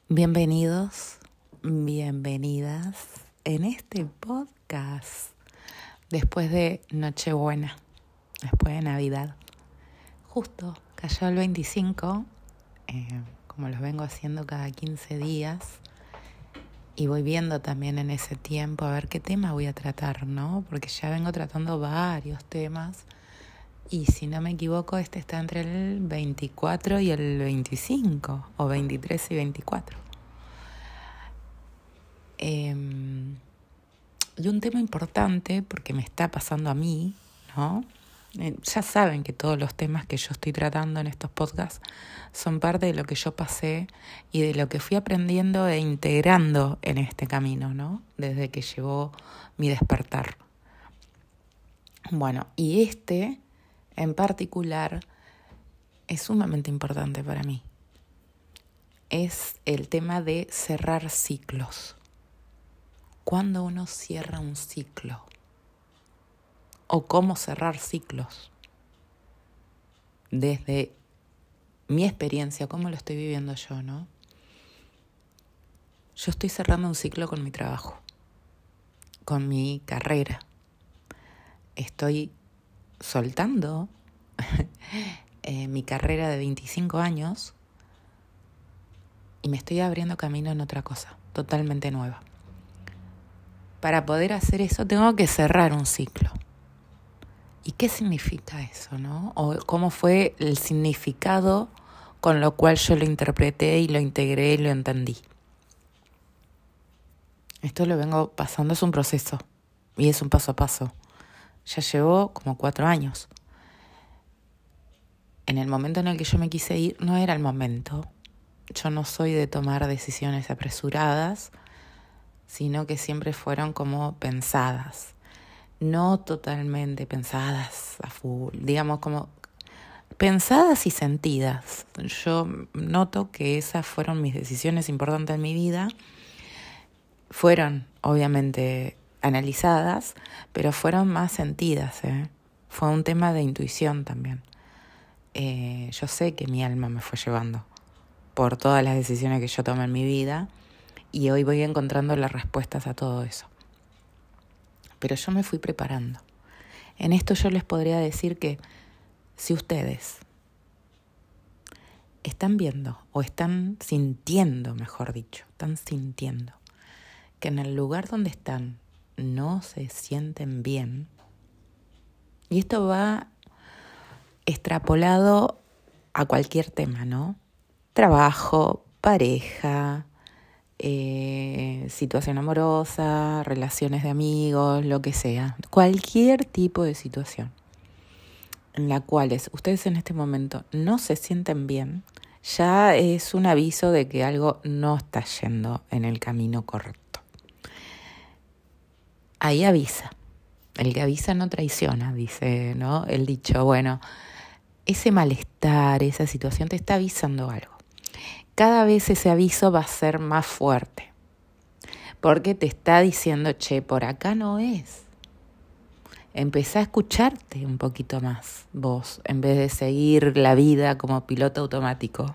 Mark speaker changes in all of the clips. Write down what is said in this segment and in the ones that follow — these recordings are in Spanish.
Speaker 1: Bienvenidos, bienvenidas en este podcast después de Nochebuena, después de Navidad. Justo cayó el 25, como los vengo haciendo cada 15 días, y voy viendo también en ese tiempo a ver qué tema voy a tratar, ¿no? Porque ya vengo tratando varios temas, y si no me equivoco, este está entre el 24 y el 25, o 23 y 24. Y un tema importante, porque me está pasando a mí, ¿no? Ya saben que todos los temas que yo estoy tratando en estos podcasts son parte de lo que yo pasé y de lo que fui aprendiendo e integrando en este camino, ¿no? Desde que llegó mi despertar. Bueno, y este en particular es sumamente importante para mí. Es el tema de cerrar ciclos. ¿Cuándo uno cierra un ciclo? ¿O cómo cerrar ciclos? Desde mi experiencia, cómo lo estoy viviendo yo, ¿no? Yo estoy cerrando un ciclo con mi trabajo, con mi carrera. Estoy soltando mi carrera de 25 años y me estoy abriendo camino en otra cosa, totalmente nueva. Para poder hacer eso tengo que cerrar un ciclo. ¿Y qué significa eso, no? O cómo fue el significado con lo cual yo lo interpreté y lo integré y lo entendí. Esto lo vengo pasando, es un proceso y es un paso a paso. Ya llevó como 4 años. En el momento en el que yo me quise ir, no era el momento. Yo no soy de tomar decisiones apresuradas, sino que siempre fueron como pensadas. No totalmente pensadas a full, digamos como pensadas y sentidas. Yo noto que esas fueron mis decisiones importantes en mi vida. Fueron, obviamente, analizadas, pero fueron más sentidas. Fue un tema de intuición también. Yo sé que mi alma me fue llevando por todas las decisiones que yo tomé en mi vida y hoy voy encontrando las respuestas a todo eso. Pero yo me fui preparando. En esto yo les podría decir que si ustedes están viendo o están sintiendo, mejor dicho, están sintiendo que en el lugar donde están no se sienten bien, y esto va extrapolado a cualquier tema, ¿no? Trabajo, pareja, situación amorosa, relaciones de amigos, lo que sea, cualquier tipo de situación en la cual ustedes en este momento no se sienten bien, ya es un aviso de que algo no está yendo en el camino correcto. Ahí avisa. El que avisa no traiciona, dice, ¿no? El dicho. Bueno, ese malestar, esa situación te está avisando algo. Cada vez ese aviso va a ser más fuerte, porque te está diciendo, che, por acá no es. Empezá a escucharte un poquito más vos, en vez de seguir la vida como piloto automático.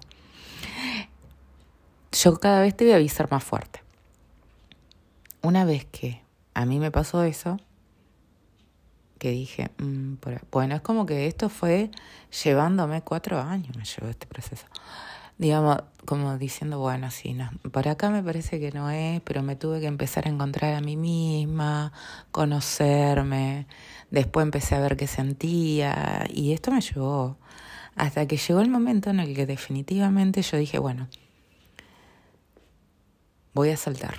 Speaker 1: Yo cada vez te voy a avisar más fuerte. Una vez que a mí me pasó eso, que dije, bueno, es como que esto fue llevándome 4 años, me llevó este proceso. Digamos, como diciendo, bueno, sí, no, por acá me parece que no es, pero me tuve que empezar a encontrar a mí misma, conocerme, después empecé a ver qué sentía, y esto me llevó hasta que llegó el momento en el que definitivamente yo dije, bueno, voy a soltar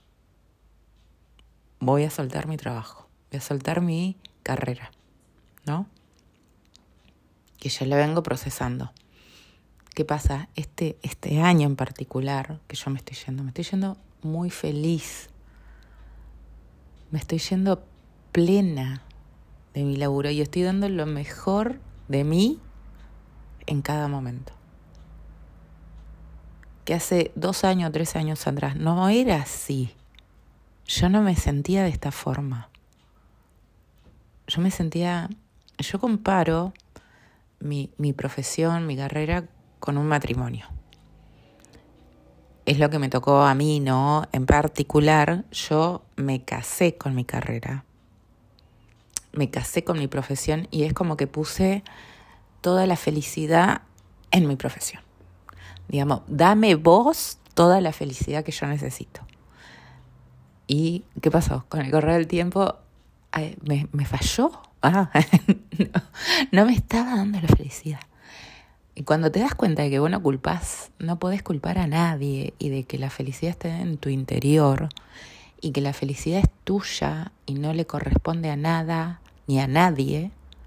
Speaker 1: mi trabajo, voy a soltar mi carrera, ¿no? Que yo la vengo procesando. ¿Qué pasa? Este año en particular, que yo me estoy yendo muy feliz. Me estoy yendo plena de mi laburo y estoy dando lo mejor de mí en cada momento. Que hace 2 años, 3 años atrás no era así. Yo no me sentía de esta forma. Yo comparo mi profesión, mi carrera con un matrimonio. es lo que me tocó a mí, ¿no? En particular, yo me casé con mi carrera, me casé con mi profesión y es como que puse toda la felicidad en mi profesión. Digamos, dame vos toda la felicidad que yo necesito. ¿Y qué pasó? Con el correr del tiempo me falló. No me estaba dando la felicidad. Y cuando te das cuenta de que vos no culpás, no podés culpar a nadie y de que la felicidad está en tu interior y que la felicidad es tuya y no le corresponde a nada ni a nadie,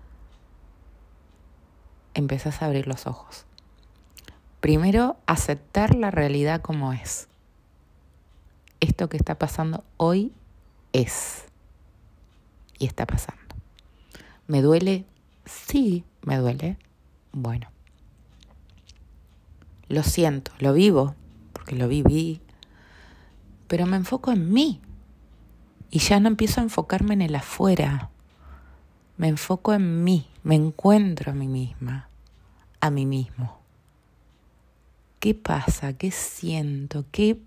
Speaker 1: empezás a abrir los ojos. Primero, aceptar la realidad como es. Esto que está pasando hoy es. Y está pasando. ¿Me duele? Sí, me duele. Bueno. Lo siento, lo vivo, porque lo viví. Pero me enfoco en mí. Y ya no empiezo a enfocarme en el afuera. Me enfoco en mí. Me encuentro a mí misma. A mí mismo. ¿Qué pasa? ¿Qué siento? ¿Qué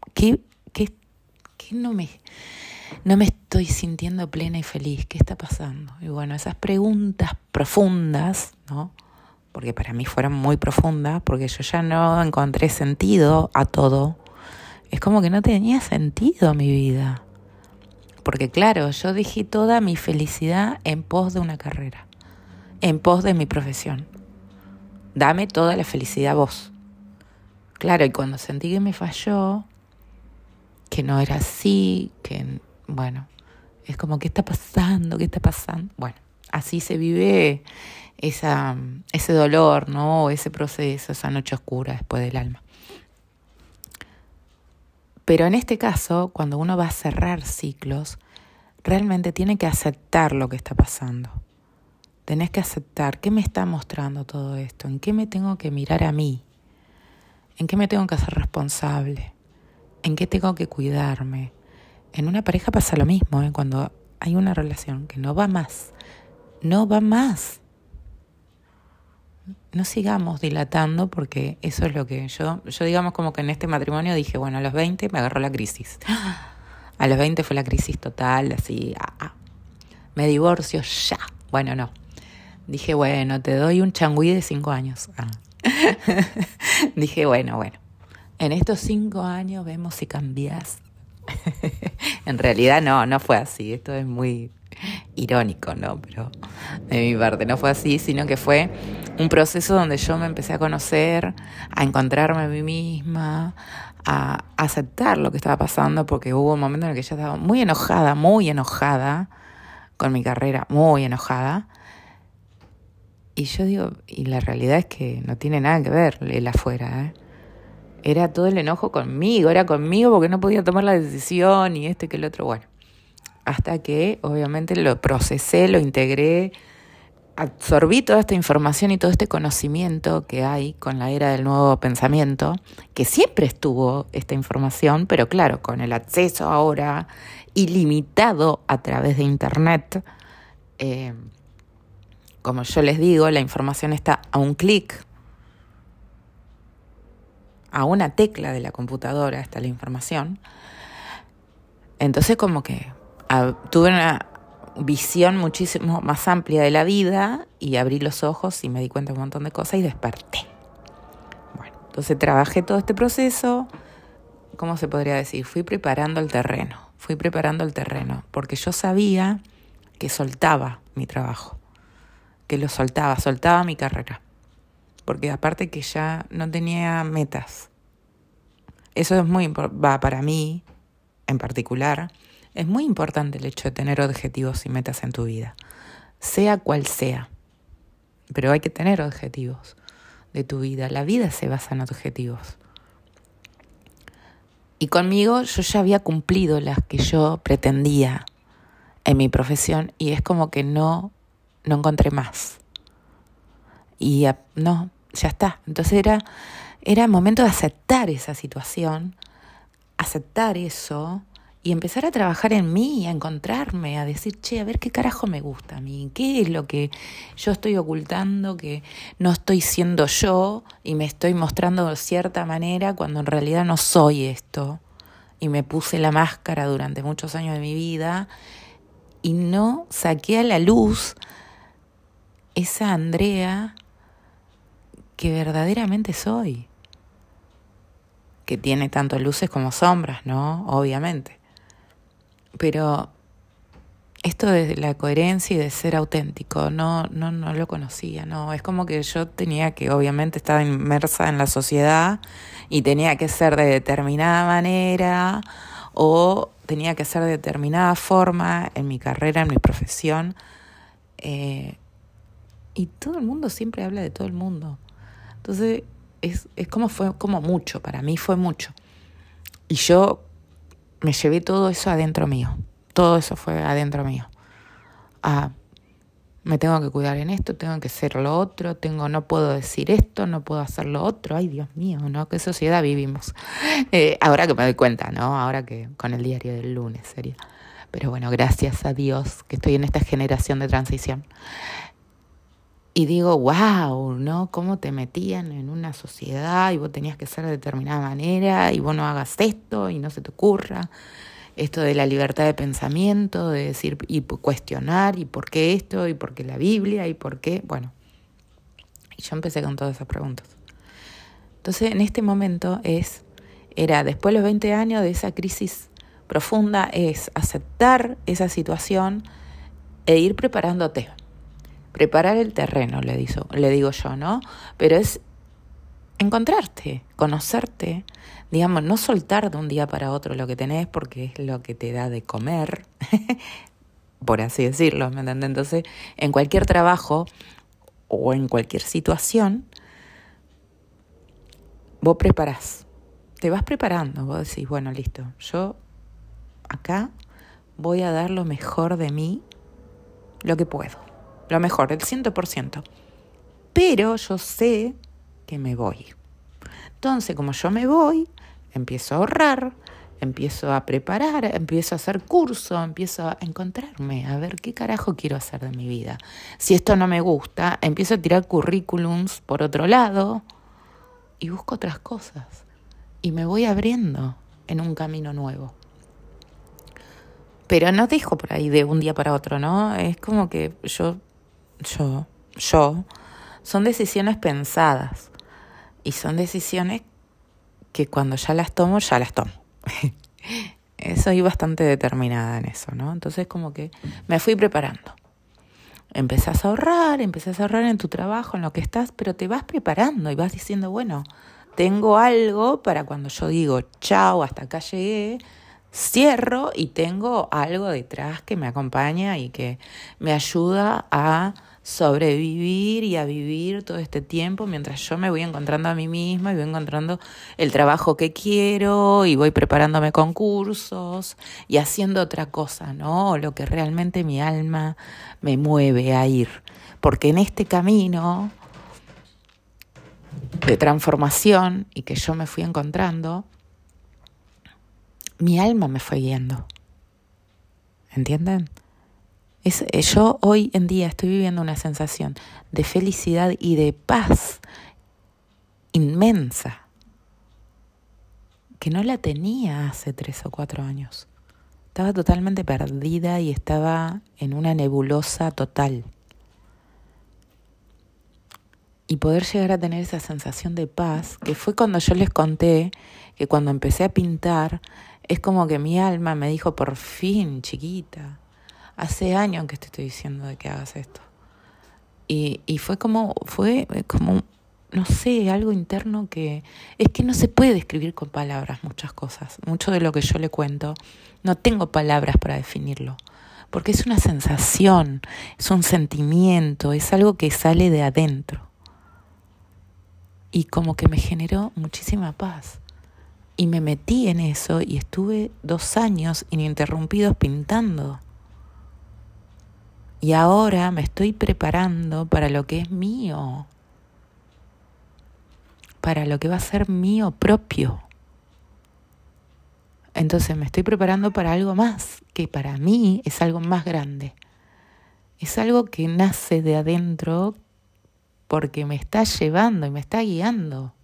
Speaker 1: no me estoy sintiendo plena y feliz? ¿Qué está pasando? Y bueno, esas preguntas profundas, ¿no? Porque para mí fueron muy profundas, porque yo ya no encontré sentido a todo. Es como que no tenía sentido mi vida. Porque claro, yo dejé toda mi felicidad en pos de una carrera, en pos de mi profesión. Dame toda la felicidad vos. Claro, y cuando sentí que me falló, que no era así, que bueno, es como, ¿qué está pasando? ¿Qué está pasando? Bueno, así se vive ese dolor, ¿no? Ese proceso, esa noche oscura después del alma. Pero en este caso, cuando uno va a cerrar ciclos, realmente tiene que aceptar lo que está pasando. Tenés que aceptar qué me está mostrando todo esto, en qué me tengo que mirar a mí, en qué me tengo que hacer responsable, en qué tengo que cuidarme. En una pareja pasa lo mismo, ¿eh? Cuando hay una relación que no va más. No sigamos dilatando porque eso es lo que yo digamos como que en este matrimonio dije, bueno, a los 20 me agarró la crisis. A los 20 fue la crisis total, así, me divorcio ya. Bueno, no. Dije, bueno, te doy un changüí de 5 años. Dije, bueno. En estos 5 años vemos si cambias. En realidad no fue así. Esto es muy irónico, ¿no? Pero de mi parte no fue así, sino que fue un proceso donde yo me empecé a conocer, a encontrarme a mí misma, a aceptar lo que estaba pasando, porque hubo un momento en el que yo estaba muy enojada con mi carrera, muy enojada. Y yo digo, y la realidad es que no tiene nada que ver el afuera, ¿eh? Era todo el enojo conmigo, era conmigo porque no podía tomar la decisión y que el otro, bueno. Hasta que obviamente lo procesé, lo integré, absorbí toda esta información y todo este conocimiento que hay con la era del nuevo pensamiento, que siempre estuvo esta información, pero claro, con el acceso ahora ilimitado a través de Internet, como yo les digo, la información está a un clic, a una tecla de la computadora está la información. Entonces como que tuve una visión muchísimo más amplia de la vida y abrí los ojos y me di cuenta de un montón de cosas y desperté. Bueno, entonces trabajé todo este proceso, ¿cómo se podría decir? Fui preparando el terreno, porque yo sabía que soltaba mi trabajo, que lo soltaba mi carrera, porque aparte que ya no tenía metas. Eso es muy importante, para mí en particular, es muy importante el hecho de tener objetivos y metas en tu vida, sea cual sea, pero hay que tener objetivos de tu vida. La vida se basa en objetivos. Y conmigo yo ya había cumplido las que yo pretendía en mi profesión y es como que no encontré más. Y ya está. Entonces era momento de aceptar esa situación, aceptar eso y empezar a trabajar en mí, a encontrarme, a decir, che, a ver qué carajo me gusta a mí, qué es lo que yo estoy ocultando, que no estoy siendo yo y me estoy mostrando de cierta manera cuando en realidad no soy esto. Y me puse la máscara durante muchos años de mi vida y no saqué a la luz esa Andrea que verdaderamente soy, que tiene tanto luces como sombras, ¿no? Obviamente. Pero esto de la coherencia y de ser auténtico, no lo conocía, no. Es como que yo tenía que, obviamente, estaba inmersa en la sociedad y tenía que ser de determinada manera o tenía que ser de determinada forma en mi carrera, en mi profesión. Y todo el mundo siempre habla de todo el mundo. Entonces, fue como mucho, para mí fue mucho. Y yo me llevé todo eso adentro mío. Todo eso fue adentro mío. Me tengo que cuidar en esto, tengo que ser lo otro, no puedo decir esto, no puedo hacer lo otro. Ay, Dios mío, ¿no? ¿Qué sociedad vivimos? Ahora que me doy cuenta, ¿no? Ahora que con el diario del lunes sería. Pero bueno, gracias a Dios que estoy en esta generación de transición. Y digo, wow, ¿no? Cómo te metían en una sociedad y vos tenías que ser de determinada manera y vos no hagas esto y no se te ocurra. Esto de la libertad de pensamiento, de decir y cuestionar y por qué esto y por qué la Biblia y por qué, bueno. Y yo empecé con todas esas preguntas. Entonces, en este momento era después de los 20 años de esa crisis profunda, es aceptar esa situación e ir preparándote. Preparar el terreno, le digo yo, ¿no? Pero es encontrarte, conocerte, digamos, no soltar de un día para otro lo que tenés porque es lo que te da de comer, por así decirlo, ¿me entiendes? Entonces, en cualquier trabajo o en cualquier situación, vos preparás, te vas preparando, vos decís, bueno, listo, yo acá voy a dar lo mejor de mí, lo que puedo, lo mejor, el 100%, pero yo sé que me voy. Entonces, como yo me voy, empiezo a ahorrar, empiezo a preparar, empiezo a hacer curso, empiezo a encontrarme, a ver qué carajo quiero hacer de mi vida. Si esto no me gusta, empiezo a tirar currículums por otro lado y busco otras cosas. Y me voy abriendo en un camino nuevo. Pero no dejo por ahí de un día para otro, ¿no? Es como que yo, son decisiones pensadas. Y son decisiones que cuando ya las tomo. Soy bastante determinada en eso, ¿no? Entonces como que me fui preparando. Empezás a ahorrar en tu trabajo, en lo que estás, pero te vas preparando y vas diciendo, bueno, tengo algo para cuando yo digo, chao, hasta acá llegué, cierro y tengo algo detrás que me acompaña y que me ayuda a sobrevivir y a vivir todo este tiempo mientras yo me voy encontrando a mí misma y voy encontrando el trabajo que quiero y voy preparándome con cursos y haciendo otra cosa, ¿no? Lo que realmente mi alma me mueve a ir. Porque en este camino de transformación y que yo me fui encontrando, mi alma me fue guiando. ¿Entienden? Yo hoy en día estoy viviendo una sensación de felicidad y de paz inmensa que no la tenía hace 3 o 4 años. Estaba totalmente perdida y estaba en una nebulosa total. Y poder llegar a tener esa sensación de paz, que fue cuando yo les conté que cuando empecé a pintar, es como que mi alma me dijo, por fin, chiquita, hace años que te estoy diciendo de que hagas esto. Y fue como, no sé, algo interno que es que no se puede describir con palabras muchas cosas. Mucho de lo que yo le cuento, no tengo palabras para definirlo. Porque es una sensación, es un sentimiento, es algo que sale de adentro. Y como que me generó muchísima paz. Y me metí en eso y estuve 2 años ininterrumpidos pintando. Y ahora me estoy preparando para lo que es mío. Para lo que va a ser mío propio. Entonces me estoy preparando para algo más, que para mí es algo más grande. Es algo que nace de adentro porque me está llevando y me está guiando.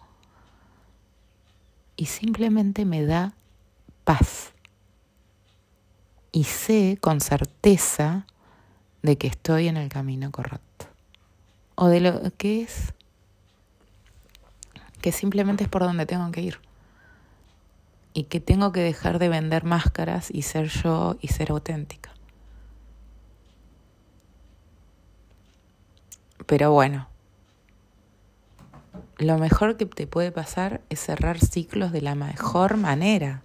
Speaker 1: Y simplemente me da paz. Y sé con certeza de que estoy en el camino correcto. O de lo que es, que simplemente es por donde tengo que ir. Y que tengo que dejar de vender máscaras y ser yo y ser auténtica. Pero bueno, lo mejor que te puede pasar es cerrar ciclos de la mejor manera.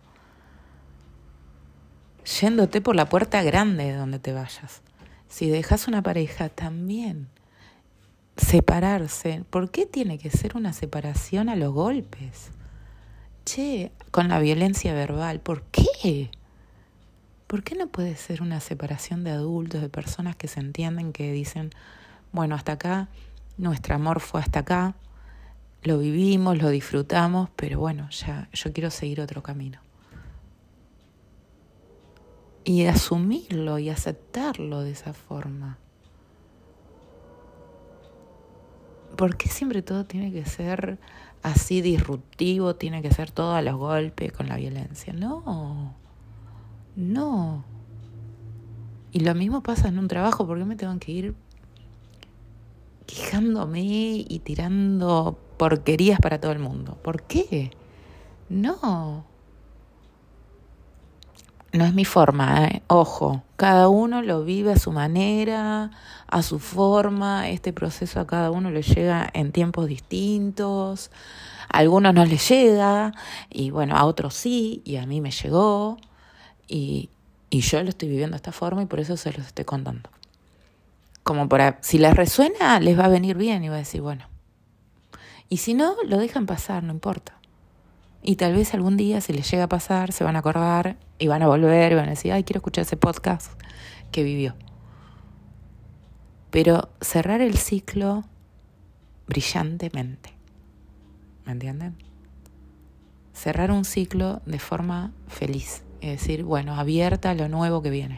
Speaker 1: Yéndote por la puerta grande de donde te vayas. Si dejas una pareja, también separarse. ¿Por qué tiene que ser una separación a los golpes? Che, con la violencia verbal, ¿por qué? ¿Por qué no puede ser una separación de adultos, de personas que se entienden, que dicen, bueno, hasta acá, nuestro amor fue hasta acá, lo vivimos, lo disfrutamos, pero bueno, ya yo quiero seguir otro camino? Y asumirlo y aceptarlo de esa forma. ¿Por qué siempre todo tiene que ser así disruptivo? Tiene que ser todo a los golpes con la violencia. No. Y lo mismo pasa en un trabajo. ¿Por qué me tengo que ir quejándome y tirando porquerías para todo el mundo? ¿Por qué? No es mi forma, Ojo, cada uno lo vive a su manera, a su forma. Este proceso a cada uno le llega en tiempos distintos. A algunos no les llega, y bueno, a otros sí, y a mí me llegó. Y yo lo estoy viviendo de esta forma y por eso se los estoy contando. Como si les resuena, les va a venir bien y va a decir, bueno. Y si no, lo dejan pasar, no importa. Y tal vez algún día, si les llega a pasar, se van a acordar y van a volver y van a decir, ay, quiero escuchar ese podcast que vivió. Pero cerrar el ciclo brillantemente. ¿Me entienden? Cerrar un ciclo de forma feliz. Es decir, bueno, abierta a lo nuevo que viene.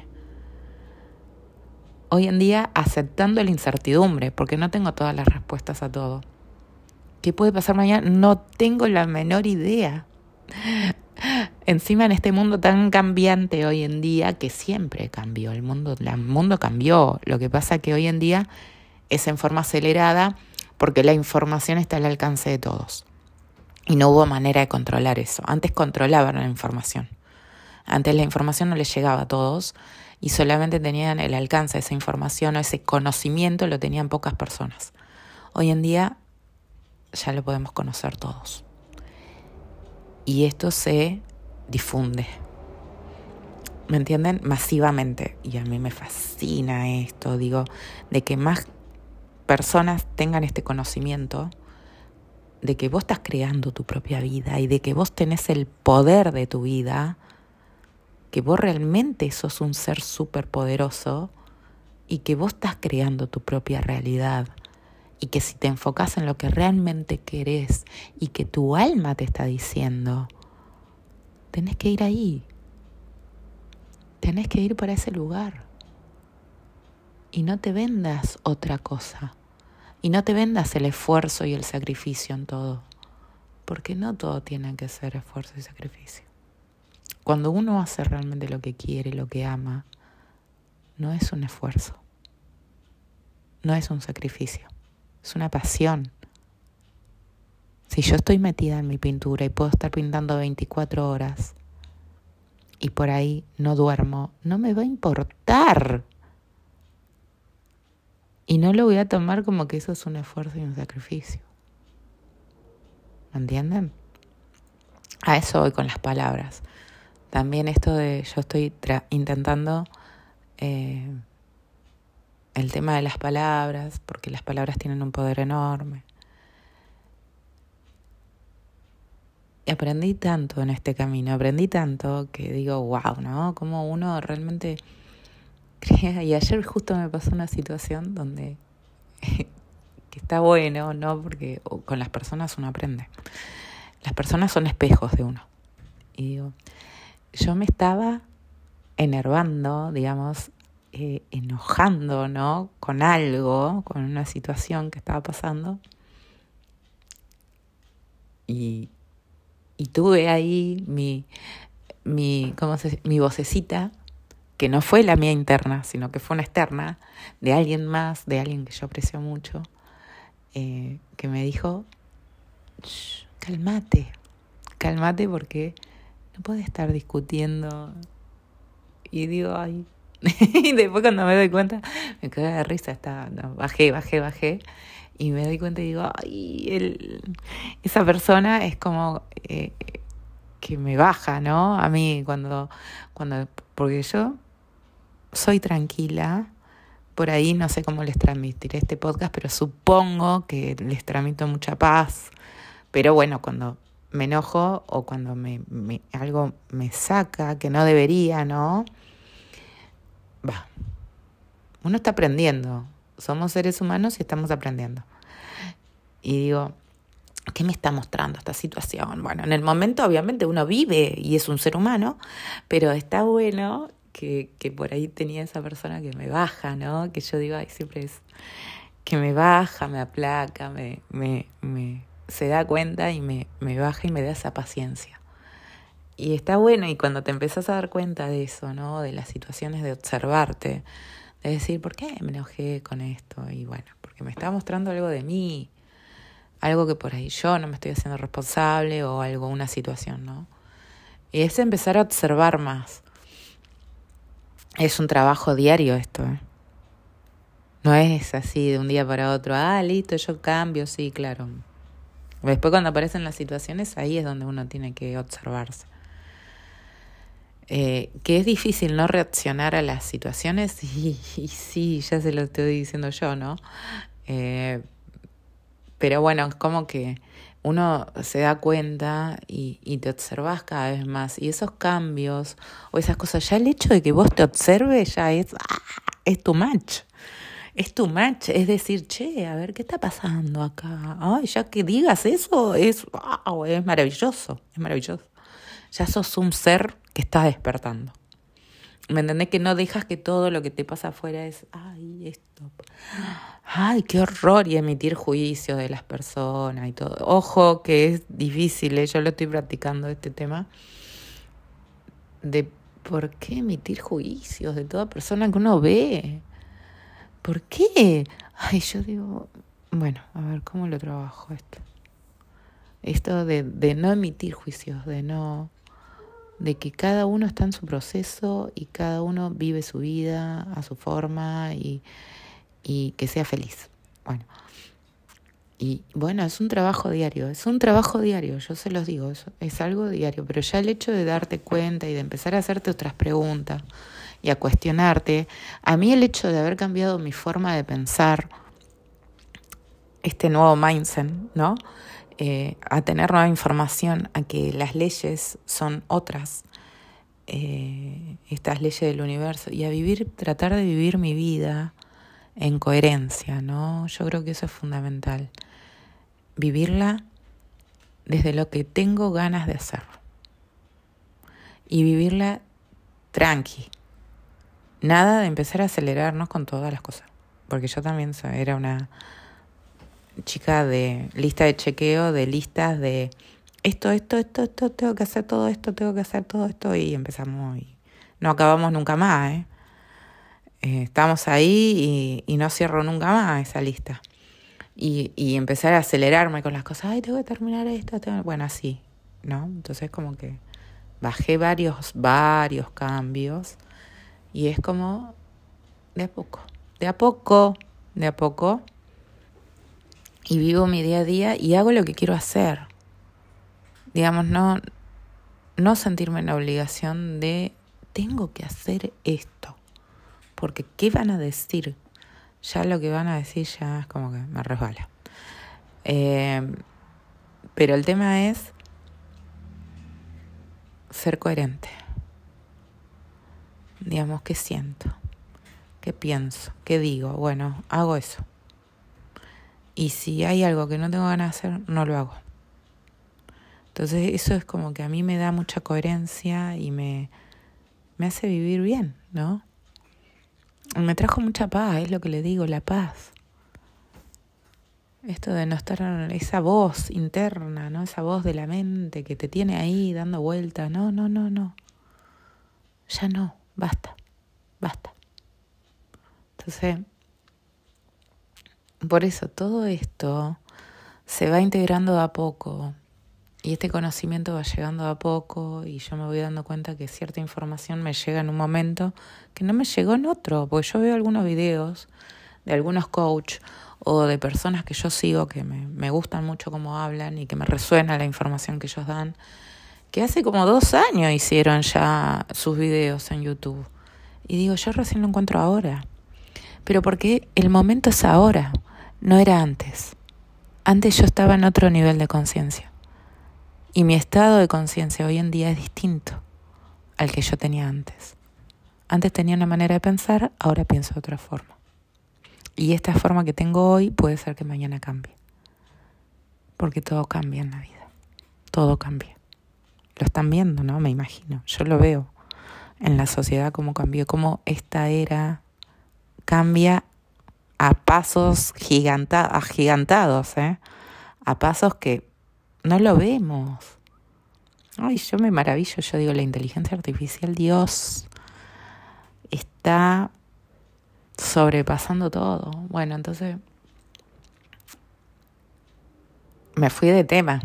Speaker 1: Hoy en día aceptando la incertidumbre, porque no tengo todas las respuestas a todo. ¿Qué puede pasar mañana? No tengo la menor idea. Encima en este mundo tan cambiante hoy en día, que siempre cambió, el mundo cambió. Lo que pasa es que hoy en día es en forma acelerada porque la información está al alcance de todos. Y no hubo manera de controlar eso. Antes controlaban la información. Antes la información no les llegaba a todos y solamente tenían el alcance de esa información o ese conocimiento lo tenían pocas personas. Hoy en día ya lo podemos conocer todos. Y esto se difunde, ¿me entienden? Masivamente. Y a mí me fascina esto, de que más personas tengan este conocimiento de que vos estás creando tu propia vida y de que vos tenés el poder de tu vida, que vos realmente sos un ser súper poderoso y que vos estás creando tu propia realidad. Y que si te enfocas en lo que realmente querés y que tu alma te está diciendo, tenés que ir ahí. Tenés que ir para ese lugar. Y no te vendas otra cosa. Y no te vendas el esfuerzo y el sacrificio en todo. Porque no todo tiene que ser esfuerzo y sacrificio. Cuando uno hace realmente lo que quiere, lo que ama, no es un esfuerzo. No es un sacrificio. Es una pasión. Si yo estoy metida en mi pintura y puedo estar pintando 24 horas y por ahí no duermo, no me va a importar. Y no lo voy a tomar como que eso es un esfuerzo y un sacrificio. ¿Me entienden? A eso voy con las palabras. También esto de yo estoy intentando el tema de las palabras, porque las palabras tienen un poder enorme. Y aprendí tanto en este camino, aprendí tanto que digo, wow, ¿no? Como uno realmente crea. Y ayer justo me pasó una situación donde que está bueno, ¿no? Porque con las personas uno aprende. Las personas son espejos de uno. Y digo, yo me estaba enervando, digamos, enojando, ¿no? Con algo, con una situación que estaba pasando. Y tuve ahí mi vocecita, que no fue la mía interna, sino que fue una externa, de alguien más, de alguien que yo aprecio mucho, que me dijo, cálmate porque no puedes estar discutiendo. Y digo, ay. Y después cuando me doy cuenta, me cago de risa, bajé. Y me doy cuenta y digo, ay, esa persona es como que me baja, ¿no? A mí porque yo soy tranquila, por ahí no sé cómo les transmitiré este podcast, pero supongo que les transmito mucha paz. Pero bueno, cuando me enojo o cuando algo me saca que no debería, ¿no? Uno está aprendiendo. Somos seres humanos y estamos aprendiendo. Y digo, ¿qué me está mostrando esta situación? Bueno, en el momento obviamente uno vive y es un ser humano, pero está bueno que por ahí tenía esa persona que me baja, ¿no? Que yo digo, ay, siempre es que me baja, me aplaca, se da cuenta y me baja y me da esa paciencia. Y está bueno, y cuando te empezás a dar cuenta de eso, ¿no? De las situaciones, de observarte, de decir, ¿por qué me enojé con esto? Y bueno, porque me está mostrando algo de mí, algo que por ahí yo no me estoy haciendo responsable o algo, una situación, ¿no? Y es empezar a observar más. Es un trabajo diario esto, ¿eh? No es así de un día para otro, listo, yo cambio, sí, claro. Después cuando aparecen las situaciones, ahí es donde uno tiene que observarse. Que es difícil no reaccionar a las situaciones, y sí, ya se lo estoy diciendo yo, ¿no? Pero bueno, es como que uno se da cuenta y te observas cada vez más. Y esos cambios o esas cosas, ya el hecho de que vos te observes ya es too much. Es too much. Es decir, che, a ver, ¿qué está pasando acá? Ay, ya que digas eso, es maravilloso, es maravilloso. Ya sos un ser que está despertando. ¿Me entendés? Que no dejas que todo lo que te pasa afuera es, ay, esto, ay, qué horror, y emitir juicios de las personas y todo. Ojo, que es difícil, yo lo estoy practicando este tema, de por qué emitir juicios de toda persona que uno ve. ¿Por qué? Ay, yo digo, bueno, a ver, ¿cómo lo trabajo esto? Esto de no emitir juicios, de que cada uno está en su proceso y cada uno vive su vida a su forma y que sea feliz. Bueno, es un trabajo diario, yo se los digo, es algo diario, pero ya el hecho de darte cuenta y de empezar a hacerte otras preguntas y a cuestionarte, a mí el hecho de haber cambiado mi forma de pensar, este nuevo mindset, ¿no? A tener nueva información, a que las leyes son otras, estas leyes del universo, y a tratar de vivir mi vida en coherencia, ¿no? Yo creo que eso es fundamental. Vivirla desde lo que tengo ganas de hacer. Y vivirla tranqui. Nada de empezar a acelerarnos con todas las cosas. Porque yo también era una chica de lista de chequeo, de listas de esto, tengo que hacer todo esto, y empezamos y no acabamos nunca más, estamos ahí y no cierro nunca más esa lista. Y empezar a acelerarme con las cosas, ay, tengo que terminar esto, bueno, así, ¿no? Entonces como que bajé varios cambios y es como de a poco, y vivo mi día a día y hago lo que quiero hacer. Digamos, no sentirme en la obligación de tengo que hacer esto, porque ¿qué van a decir? Ya lo que van a decir ya es como que me resbala. Pero el tema es ser coherente. Digamos, ¿qué siento? ¿Qué pienso? ¿Qué digo? Bueno, hago eso. Y si hay algo que no tengo ganas de hacer, no lo hago. Entonces eso es como que a mí me da mucha coherencia y me hace vivir bien, ¿no? Me trajo mucha paz, es lo que le digo, la paz. Esto de no estar en esa voz interna, ¿no? Esa voz de la mente que te tiene ahí dando vueltas. No. Ya no, basta. Entonces, por eso todo esto se va integrando de a poco y este conocimiento va llegando de a poco y yo me voy dando cuenta que cierta información me llega en un momento que no me llegó en otro, porque yo veo algunos videos de algunos coach o de personas que yo sigo que me gustan mucho cómo hablan y que me resuena la información que ellos dan, que hace como 2 años hicieron ya sus videos en YouTube. Y digo, yo recién lo encuentro ahora. Pero porque el momento es ahora, no era antes. Antes yo estaba en otro nivel de conciencia. Y mi estado de conciencia hoy en día es distinto al que yo tenía antes. Antes tenía una manera de pensar, ahora pienso de otra forma. Y esta forma que tengo hoy puede ser que mañana cambie. Porque todo cambia en la vida. Todo cambia. Lo están viendo, ¿no? Me imagino. Yo lo veo en la sociedad cómo cambió, cómo esta era cambia a pasos agigantados, a pasos que no lo vemos. Ay, yo me maravillo, yo digo, la inteligencia artificial, Dios, está sobrepasando todo. Bueno, entonces me fui de tema.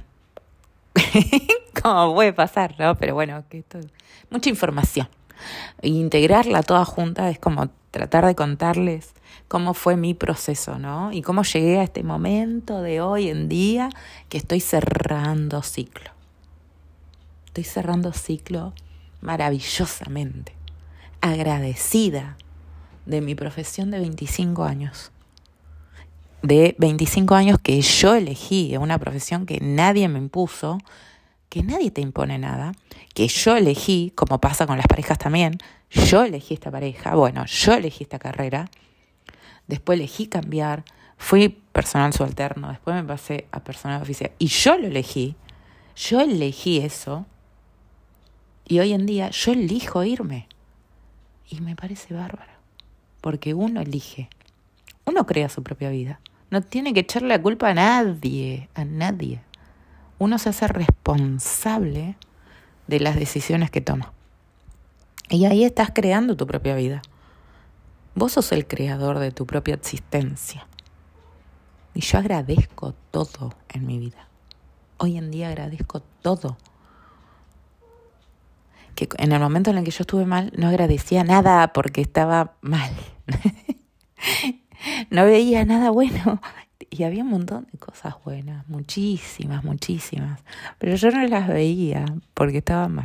Speaker 1: Como puede pasar, ¿no? Pero bueno, que esto es mucha información. Integrarla toda junta es como tratar de contarles cómo fue mi proceso, ¿no? Y cómo llegué a este momento de hoy en día que estoy cerrando ciclo. Estoy cerrando ciclo maravillosamente, agradecida de mi profesión de 25 años. De 25 años que yo elegí, una profesión que nadie me impuso, que nadie te impone nada, que yo elegí, como pasa con las parejas también, yo elegí esta pareja, bueno, yo elegí esta carrera, después elegí cambiar, fui personal subalterno, después me pasé a personal oficial, y yo elegí eso, y hoy en día yo elijo irme, y me parece bárbaro, porque uno elige, uno crea su propia vida, no tiene que echarle la culpa a nadie, uno se hace responsable de las decisiones que toma. Y ahí estás creando tu propia vida. Vos sos el creador de tu propia existencia. Y yo agradezco todo en mi vida. Hoy en día agradezco todo. Que en el momento en el que yo estuve mal, no agradecía nada porque estaba mal. No veía nada bueno. Y había un montón de cosas buenas, muchísimas. Pero yo no las veía porque estaba mal.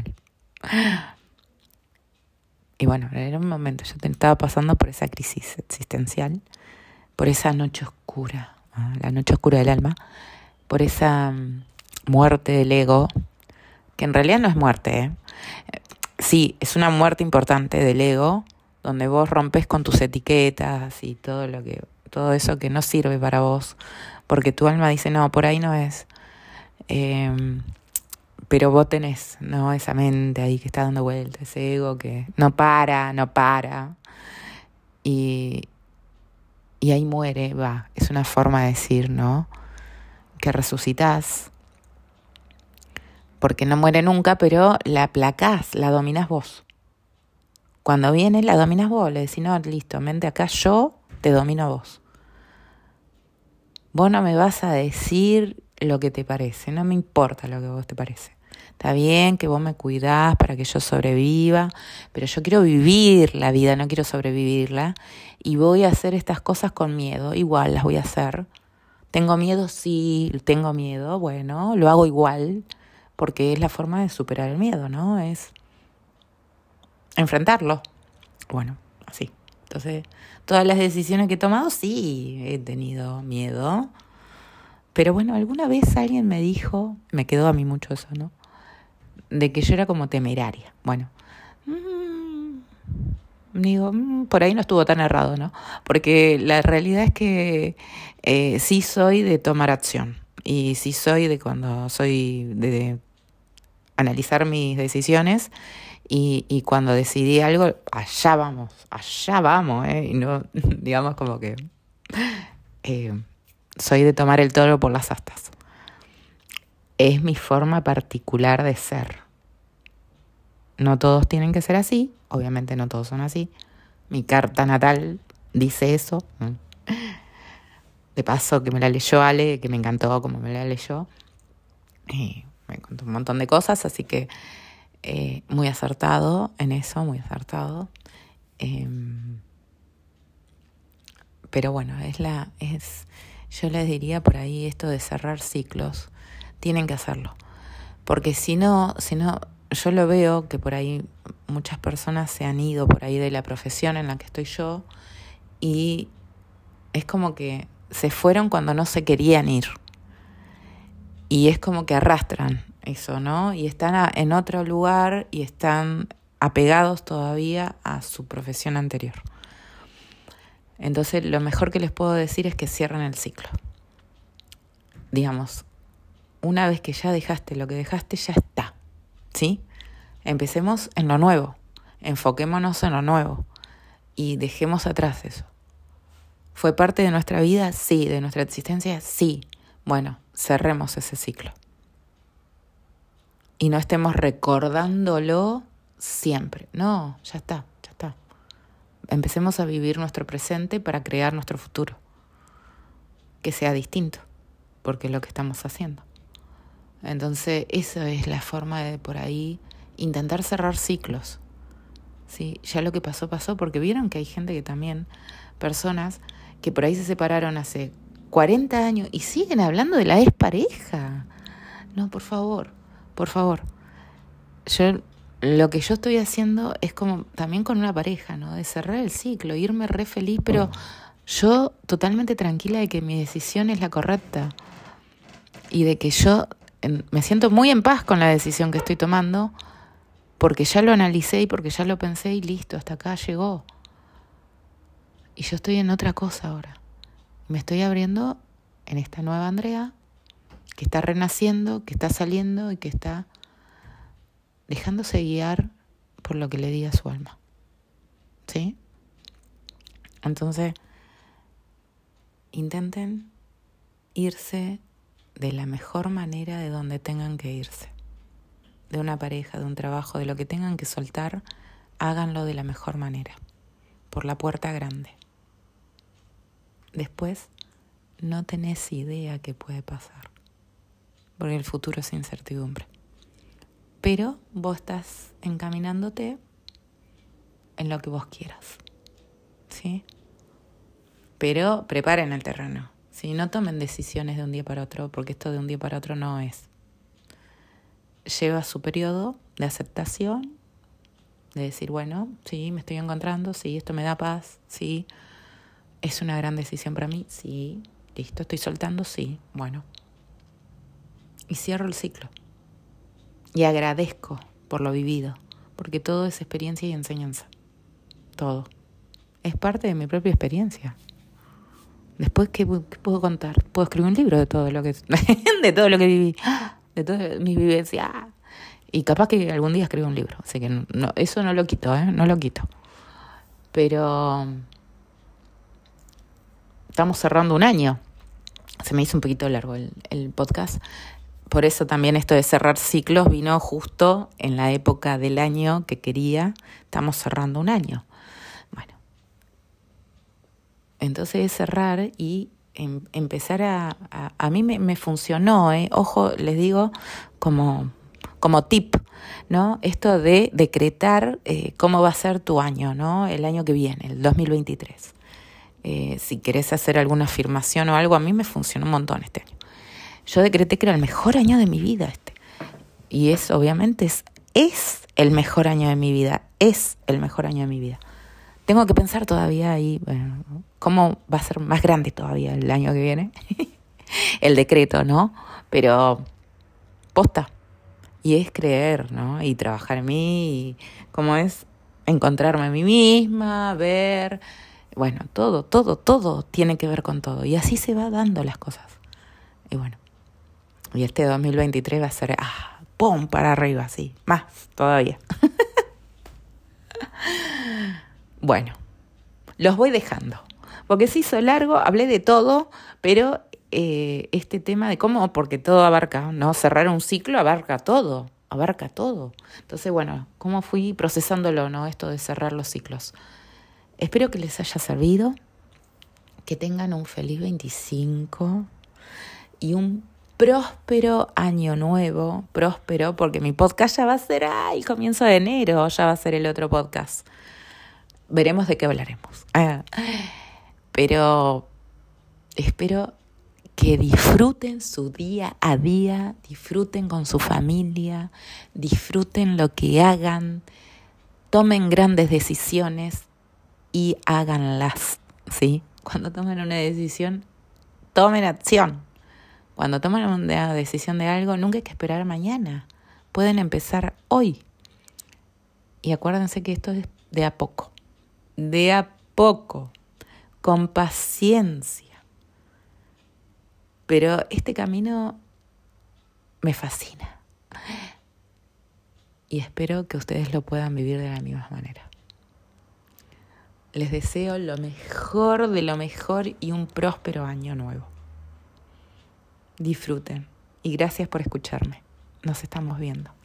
Speaker 1: Y bueno, era un momento, yo estaba pasando por esa crisis existencial, por esa noche oscura, la noche oscura del alma, por esa muerte del ego, que en realidad no es muerte, Sí, es una muerte importante del ego, donde vos rompes con tus etiquetas y todo eso que no sirve para vos, porque tu alma dice, no, por ahí no es. Pero vos tenés, ¿no? Esa mente ahí que está dando vueltas, ese ego que no para. Y ahí muere, es una forma de decir, ¿no? Que resucitás. Porque no muere nunca, pero la aplacás, la dominás vos. Cuando viene, la dominás vos, le decís, no, listo, mente acá, yo te domino a vos. Vos no me vas a decir lo que te parece, no me importa lo que a vos te parece. Está bien que vos me cuidás para que yo sobreviva, pero yo quiero vivir la vida, no quiero sobrevivirla. Y voy a hacer estas cosas con miedo, igual las voy a hacer. ¿Tengo miedo? Sí, tengo miedo, bueno, lo hago igual, porque es la forma de superar el miedo, ¿no? Es enfrentarlo. Bueno, así. Entonces, todas las decisiones que he tomado, sí, he tenido miedo. Pero bueno, alguna vez alguien me dijo, me quedó a mí mucho eso, ¿no? De que yo era como temeraria. Bueno, digo, por ahí no estuvo tan errado, ¿no? Porque la realidad es que sí soy de tomar acción. Y sí soy de cuando soy de analizar mis decisiones y cuando decidí algo, allá vamos, y no, digamos como que soy de tomar el toro por las astas. Es mi forma particular de ser. No todos tienen que ser así, obviamente no todos son así. Mi carta natal dice eso. De paso, que me la leyó Ale, que me encantó como me la leyó. Me contó un montón de cosas, así que muy acertado en eso, muy acertado. Pero bueno, yo les diría por ahí esto de cerrar ciclos. Tienen que hacerlo. Porque si no, yo lo veo que por ahí muchas personas se han ido por ahí de la profesión en la que estoy yo y es como que se fueron cuando no se querían ir. Y es como que arrastran eso, ¿no? Y están en otro lugar y están apegados todavía a su profesión anterior. Entonces, lo mejor que les puedo decir es que cierren el ciclo. Digamos, una vez que ya dejaste lo que dejaste, ya está, ¿sí? Empecemos en lo nuevo, enfoquémonos en lo nuevo y dejemos atrás eso. ¿Fue parte de nuestra vida? Sí. ¿De nuestra existencia? Sí. Bueno, cerremos ese ciclo. Y no estemos recordándolo siempre. No, ya está. Empecemos a vivir nuestro presente para crear nuestro futuro. Que sea distinto, porque es lo que estamos haciendo. Entonces, esa es la forma de por ahí intentar cerrar ciclos. ¿Sí? Ya lo que pasó, porque vieron que hay gente que también, personas que por ahí se separaron hace 40 años y siguen hablando de la expareja. No, por favor. Lo que yo estoy haciendo es como también con una pareja, ¿no? De cerrar el ciclo, irme re feliz, pero yo totalmente tranquila de que mi decisión es la correcta y de que yo me siento muy en paz con la decisión que estoy tomando porque ya lo analicé y porque ya lo pensé y listo, hasta acá llegó. Y yo estoy en otra cosa ahora. Me estoy abriendo en esta nueva Andrea que está renaciendo, que está saliendo y que está dejándose guiar por lo que le diga su alma. ¿Sí? Entonces, intenten irse de la mejor manera de donde tengan que irse. De una pareja, de un trabajo, de lo que tengan que soltar, háganlo de la mejor manera. Por la puerta grande. Después, no tenés idea qué puede pasar. Porque el futuro es incertidumbre. Pero vos estás encaminándote en lo que vos quieras. ¿Sí? Pero preparen el terreno. ¿Sí? No tomen decisiones de un día para otro, porque esto de un día para otro no es. Lleva su periodo de aceptación, de decir, bueno, sí, me estoy encontrando, sí, esto me da paz, sí, es una gran decisión para mí, sí, listo, estoy soltando, sí, bueno. Y cierro el ciclo. Y agradezco por lo vivido, porque todo es experiencia y enseñanza. Todo. Es parte de mi propia experiencia. Después, ¿qué puedo contar? Puedo escribir un libro de todo lo que de todo lo que viví, de todas mis vivencias. Y capaz que algún día escriba un libro. Así que no, eso no lo quito, no lo quito. Pero estamos cerrando un año. Se me hizo un poquito largo el podcast. Por eso también esto de cerrar ciclos vino justo en la época del año que quería. Estamos cerrando un año. Bueno. Entonces es cerrar y empezar a mí me funcionó, ojo, les digo como tip, ¿no? Esto de decretar cómo va a ser tu año, ¿no? El año que viene, el 2023. Si querés hacer alguna afirmación o algo, a mí me funcionó un montón este año. Yo decreté que era el mejor año de mi vida y obviamente es el mejor año de mi vida, es el mejor año de mi vida. Tengo que pensar todavía ahí, bueno, cómo va a ser más grande todavía el año que viene, el decreto, ¿no? Pero posta. Y es creer, ¿no? Y trabajar en mí, y cómo es encontrarme a mí misma, ver, bueno, todo tiene que ver con todo. Y así se va dando las cosas. Y bueno, y este 2023 va a ser ¡pum!, para arriba, así, más todavía. Bueno, los voy dejando, porque se hizo largo, hablé de todo, pero este tema de cómo, porque todo abarca, ¿no? Cerrar un ciclo abarca todo. Entonces, bueno, cómo fui procesándolo, ¿no? Esto de cerrar los ciclos. Espero que les haya servido, que tengan un feliz 25 y un próspero año nuevo, próspero, porque mi podcast ya va a ser el comienzo de enero, ya va a ser el otro podcast. Veremos de qué hablaremos. Pero espero que disfruten su día a día, disfruten con su familia, disfruten lo que hagan, tomen grandes decisiones y háganlas, ¿sí? Cuando tomen una decisión, tomen acción. Cuando tomen una decisión de algo, nunca hay que esperar mañana. Pueden empezar hoy. Y acuérdense que esto es de a poco, con paciencia. Pero este camino me fascina. Y espero que ustedes lo puedan vivir de la misma manera. Les deseo lo mejor de lo mejor y un próspero año nuevo. Disfruten. Y gracias por escucharme. Nos estamos viendo.